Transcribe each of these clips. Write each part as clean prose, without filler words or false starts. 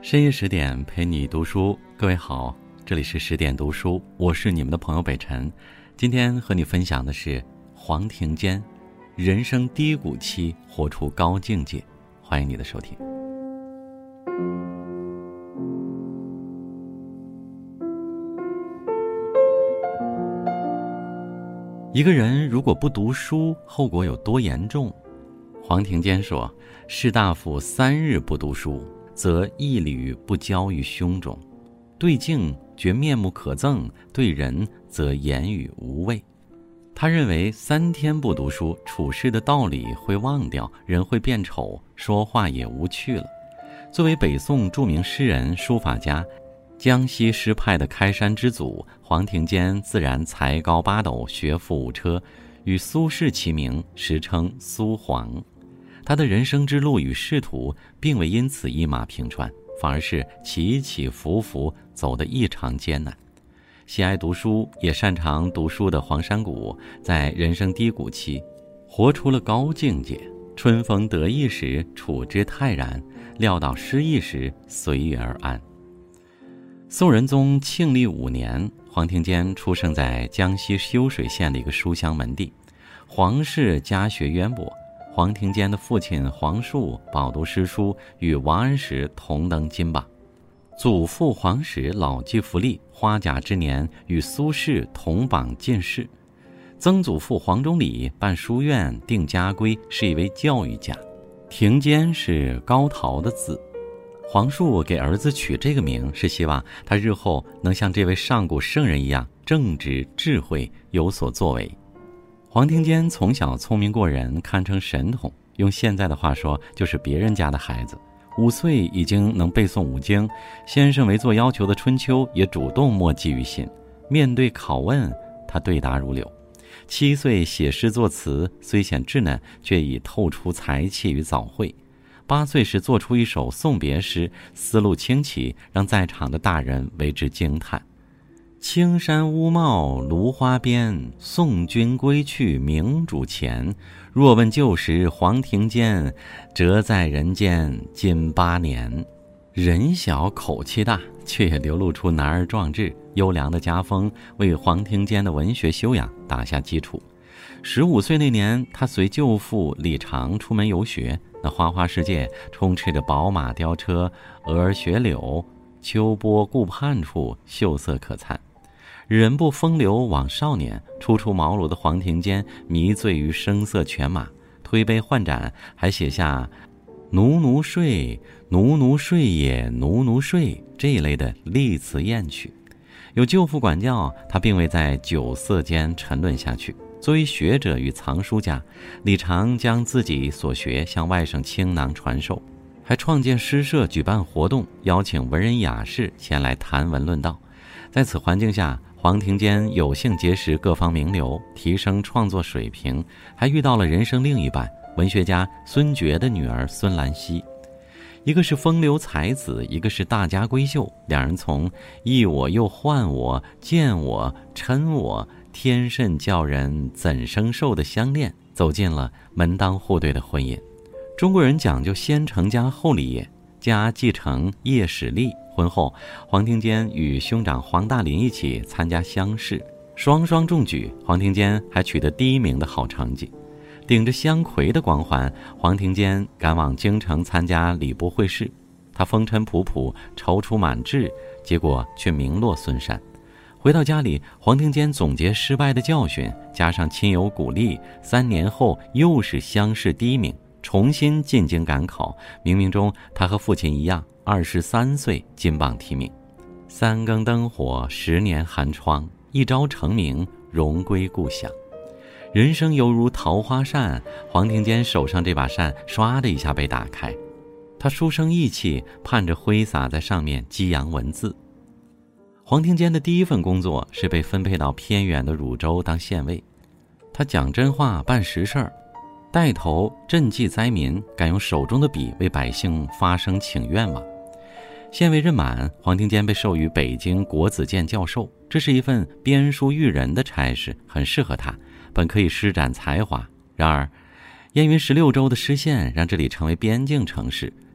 深夜10点陪你读书，各位好，这里是10点读书，我是你们的朋友北辰。今天和你分享的是黄庭坚，人生低谷期活出高境界。欢迎你的收听。一个人如果不读书，后果有多严重？黄庭坚说，士大夫3日不读书，则一缕不交于胸中，对镜觉面目可憎，对人则言语无味。他认为3天不读书，处事的道理会忘掉，人会变丑，说话也无趣了。作为北宋著名诗人、书法家，江西诗派的开山之祖，黄庭坚自然才高八斗，学富五车，与苏轼齐名，时称苏黄。他的人生之路与仕途并未因此一马平川，反而是起起伏伏，走得异常艰难。喜爱读书也擅长读书的黄山谷，在人生低谷期活出了高境界。春风得意时处之泰然，撂倒失意时随遇而安。宋仁宗庆历5年，黄庭坚出生在江西修水县的一个书香门第。黄氏家学渊博，黄庭坚的父亲黄树饱读诗书，与王安石同登金榜。祖父黄石老骥伏枥，花甲之年与苏轼同榜进士。曾祖父黄忠礼办书院，定家规，是一位教育家。庭坚是高陶的字，黄树给儿子取这个名，是希望他日后能像这位上古圣人一样正直智慧，有所作为。黄庭坚从小聪明过人，堪称神童，用现在的话说就是别人家的孩子。5岁已经能背诵5经，先生没做要求的春秋也主动默记于心。面对拷问，他对答如流。7岁写诗作词，虽显稚嫩，却已透出才气与藻慧。8岁时做出一首送别诗，思路清奇，让在场的大人为之惊叹。青山乌帽芦花边，送君归去明主前。若问旧时黄庭坚，谪在人间今8年。人小口气大，却也流露出男儿壮志，优良的家风为黄庭坚的文学修养打下基础。15岁那年，他随舅父李常出门游学，那花花世界充斥着宝马雕车、蛾儿雪柳，秋波顾盼处，秀色可餐。人不风流枉少年，初出茅庐的黄庭坚迷醉于声色犬马，推杯换盏，还写下奴奴睡，奴奴睡也奴奴睡这一类的丽词艳曲。有舅父管教，他并未在酒色间沉沦下去。作为学者与藏书家，李常将自己所学向外省倾囊传授，还创建诗社，举办活动，邀请文人雅士前来谈文论道。在此环境下，黄庭坚有幸结识各方名流，提升创作水平，还遇到了人生另一半，文学家孙觉的女儿孙兰溪。一个是风流才子，一个是大家闺秀，两人从忆我又唤我，见我嗔我，天甚叫人怎生受的相恋，走进了门当户对的婚姻。中国人讲究先成家后立业，家继承业始立。婚后，黄庭坚与兄长黄大林一起参加乡试，双双中举。黄庭坚还取得第1名的好成绩。顶着乡魁的光环，黄庭坚赶往京城参加礼部会试。他风尘仆仆，踌躇满志，结果却名落孙山。回到家里，黄庭坚总结失败的教训，加上亲友鼓励，3年后又是乡试第1名，重新进京赶考。冥冥中，他和父亲一样，23岁金榜题名。3更灯火，10年寒窗，一朝成名，荣归故乡。人生犹如桃花扇，黄庭坚手上这把扇唰的一下被打开，他书生意气，盼着挥洒在上面激扬文字。黄庭坚的第1份工作是被分配到偏远的汝州当县尉，他讲真话办实事儿，带头赈济灾民，敢用手中的笔为百姓发声请愿望。县尉任满，黄庭坚被授予北京国子监教授，这是一份编书育人的差事，很适合他，本可以施展才华。然而燕云16州的失陷让这里成为边境城市，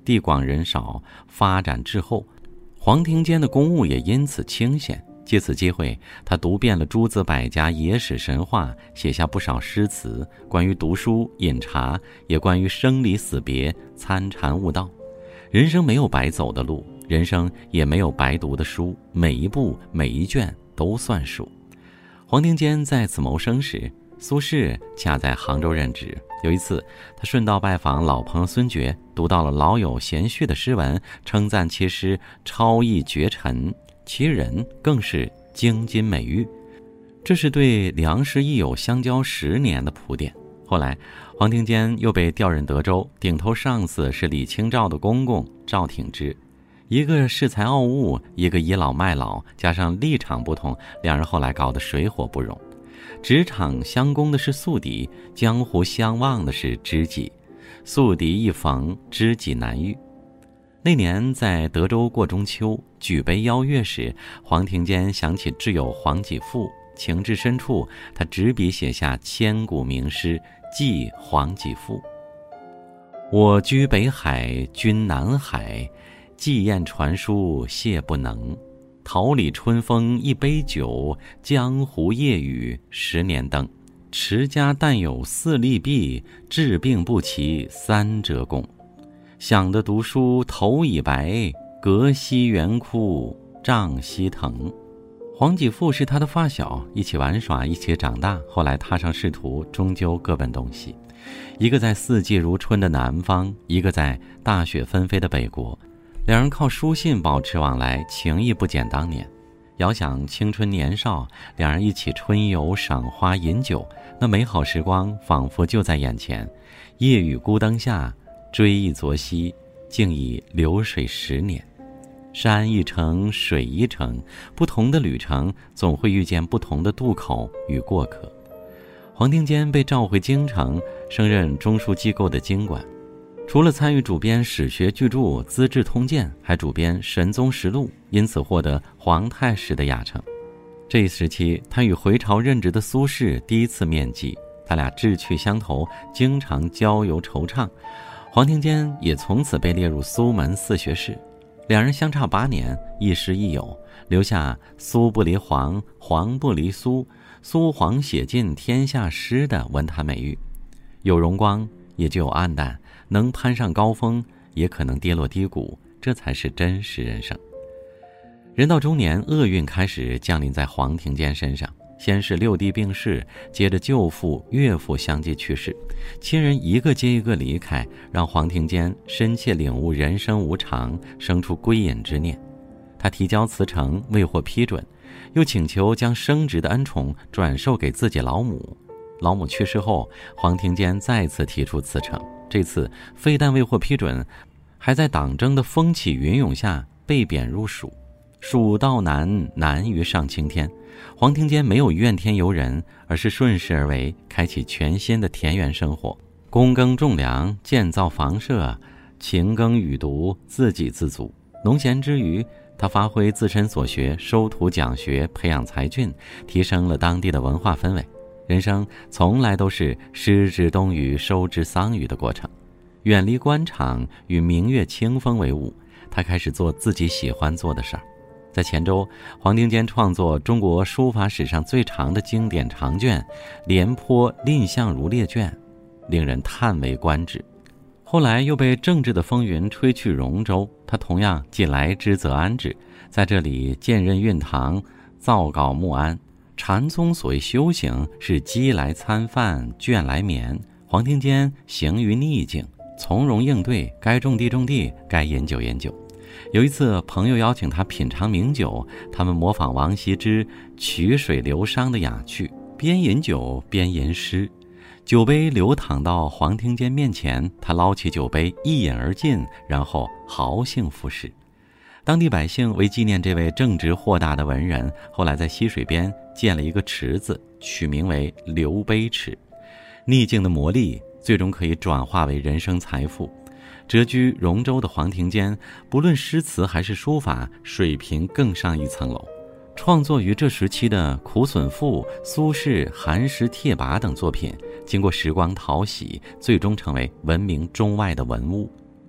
地广人少，发展滞后，黄庭坚的公务也因此清闲。借此机会，他读遍了诸子百家、野史神话，写下不少诗词，关于读书、饮茶，也关于生离死别、参禅悟道。人生没有白走的路，人生也没有白读的书，每一步每一卷都算数。黄庭坚在此谋生时，苏轼恰在杭州任职。有一次，他顺道拜访老朋友孙觉，读到了老友贤旭的诗文，称赞其诗超逸绝尘，其人更是京津美玉。这是对良师益友相交10年的铺垫。后来黄庭坚又被调任德州，顶头上司是李清照的公公赵挺之，一个恃才傲物，一个倚老卖老，加上立场不同，两人后来搞得水火不容。职场相攻的是宿敌，江湖相望的是知己，宿敌一逢，知己难遇。那年在德州过中秋，举杯邀月时，黄庭坚想起挚友黄继富，情至深处，他执笔写下千古名诗寄黄继富：我居北海，君南海，寄雁传书谢不能。桃李春风一杯酒，江湖夜雨10年灯。持家但有4利弊，治病不齐3折功。想得读书头已白，隔溪猿哭杖溪疼。黄继富是他的发小，一起玩耍，一起长大，后来踏上仕途，终究各奔东西。一个在四季如春的南方，一个在大雪纷飞的北国，两人靠书信保持往来，情谊不减当年。遥想青春年少，两人一起春游、赏花、饮酒，那美好时光仿佛就在眼前。夜雨孤灯下，追忆昨夕，竟已流水10年。山一程，水一程，不同的旅程总会遇见不同的渡口与过客。黄庭坚被召回京城，升任中书机构的京管。除了参与主编史学巨著《资治通鉴》，还主编《神宗实录》，因此获得皇太史的雅称。这一时期，他与回朝任职的苏轼第一次面基，他俩志趣相投，经常郊游惆怅。黄庭坚也从此被列入苏门4学士。两人相差8年，亦师亦友，留下苏不离黄，黄不离苏，苏黄写尽天下诗的文坛美誉。有荣光，也就有暗淡，能攀上高峰，也可能跌落低谷，这才是真实人生。人到中年，厄运开始降临在黄庭坚身上。先是6弟病逝，接着舅父、岳父相继去世，亲人一个接一个离开，让黄庭坚深切领悟人生无常，生出归隐之念。他提交辞呈未获批准，又请求将升职的恩宠转授给自己老母。老母去世后，黄庭坚再次提出辞呈，这次非但未获批准，还在党争的风起云涌下被贬入蜀。蜀道难，难于上青天。黄庭坚没有怨天尤人，而是顺势而为，开启全新的田园生活，躬耕种粮，建造房舍，勤耕雨读，自给自足。农闲之余，他发挥自身所学，收徒讲学，培养才俊，提升了当地的文化氛围。人生从来都是失之东隅，收之桑榆的过程。远离官场，与明月清风为伍，他开始做自己喜欢做的事儿。在黔州，黄庭坚创作中国书法史上最长的经典长卷《廉颇蔺相如列卷》，令人叹为观止。后来又被政治的风云吹去容州，他同样既来之则安之，在这里建任运堂，造稿穆安。禅宗所谓修行是饥来餐饭，倦来眠，黄庭坚行于逆境，从容应对，该种地种地，该饮酒饮酒。有一次朋友邀请他品尝名酒，他们模仿王羲之曲水流觞的雅趣，边饮酒边吟诗。酒杯流淌到黄庭坚面前，他捞起酒杯一饮而尽，然后豪兴赋诗。当地百姓为纪念这位正直豁达的文人，后来在溪水边建了一个池子，取名为流杯池。逆境的磨砺最终可以转化为人生财富。谪居容州的黄庭坚，不论诗词还是书法，水平更上一层楼。创作于这时期的《苦损赋》、苏轼《寒食帖跋》等作品，经过时光淘洗，最终成为闻名中外的文物。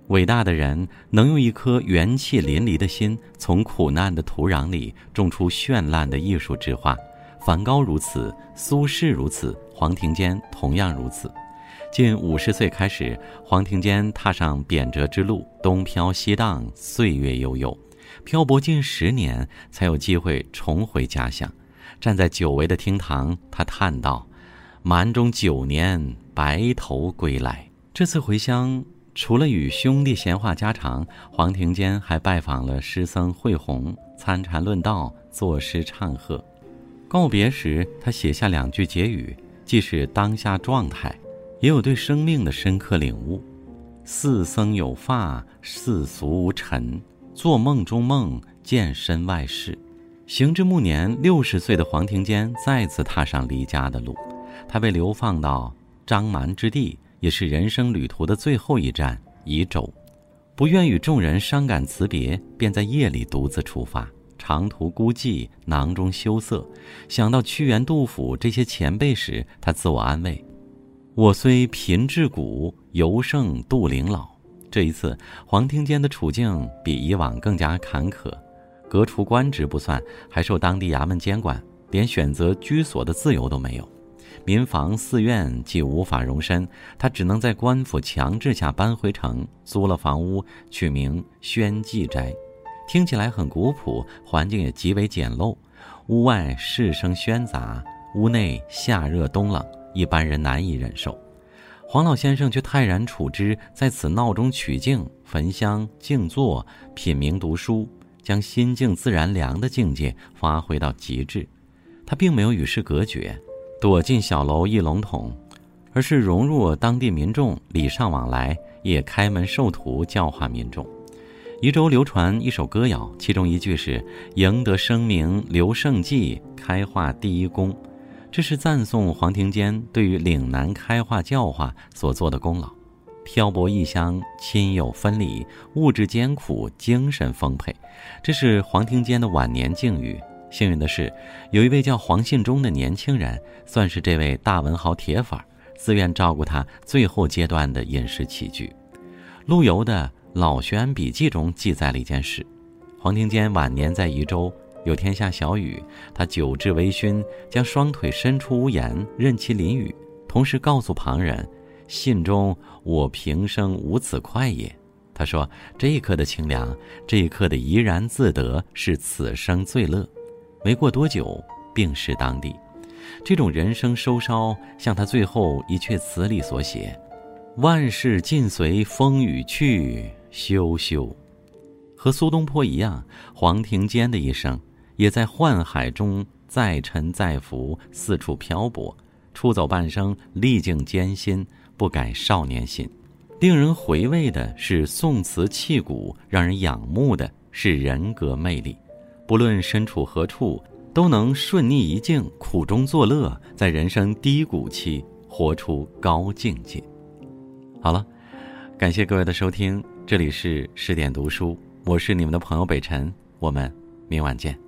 伟大的人能用一颗元气淋漓的心，从苦难的土壤里种出绚烂的艺术之花。梵高如此，苏轼如此，黄庭坚同样如此。近50岁开始，黄庭坚踏上贬谪之路，东飘西荡，岁月悠悠，漂泊近10年，才有机会重回家乡。站在久违的厅堂，他叹道：“满中9年，白头归来。”这次回乡，除了与兄弟闲话家常，黄庭坚还拜访了诗僧惠洪，参禅论道，作诗唱和。告别时，他写下2句结语，既是当下状态，也有对生命的深刻领悟。似僧有发，世俗无尘，做梦中梦，见身外事。行至暮年，60岁的黄庭坚再次踏上离家的路，他被流放到张蛮之地，也是人生旅途的最后一站宜州。不愿与众人伤感辞别，便在夜里独自出发，长途孤寂，囊中羞涩。想到屈原、杜甫这些前辈时，他自我安慰：我虽贫至骨，犹胜杜陵老。这一次，黄庭坚的处境比以往更加坎坷，革除官职不算，还受当地衙门监管，连选择居所的自由都没有。民房寺院既无法容身，他只能在官府强制下搬回城，租了房屋，取名宣济斋。听起来很古朴，环境也极为简陋，屋外市声喧杂，屋内夏热冬冷，一般人难以忍受。黄老先生却泰然处之，在此闹中取静，焚香静坐，品茗读书，将心静自然凉的境界发挥到极致。他并没有与世隔绝，躲进小楼一笼统，而是融入当地民众，礼尚往来，也开门授徒，教化民众。宜州流传一首歌谣，其中一句是赢得声名刘胜迹，开化第一功。这是赞颂黄庭坚对于岭南开化教化所做的功劳。漂泊异乡，亲友分离，物质艰苦，精神丰沛，这是黄庭坚的晚年境遇。幸运的是，有一位叫黄信忠的年轻人，算是这位大文豪铁粉，自愿照顾他最后阶段的饮食起居。陆游的《老学庵笔记》中记载了一件事：黄庭坚晚年在宜州，有天下小雨，他酒至微醺，将双腿伸出屋檐，任其淋雨，同时告诉旁人：信中我平生无此快也。他说，这一刻的清凉，这一刻的怡然自得，是此生最乐。没过多久，病逝当地。这种人生收梢，像他最后一阙词里所写：万事尽随风雨去，休休。和苏东坡一样，黄庭坚的一生也在宦海中载沉载浮，四处漂泊，出走半生，历尽艰辛，不改少年心。令人回味的是宋词气骨，让人仰慕的是人格魅力。不论身处何处，都能顺逆一境，苦中作乐，在人生低谷期活出高境界。好了，感谢各位的收听，这里是10点读书，我是你们的朋友北辰，我们明晚见。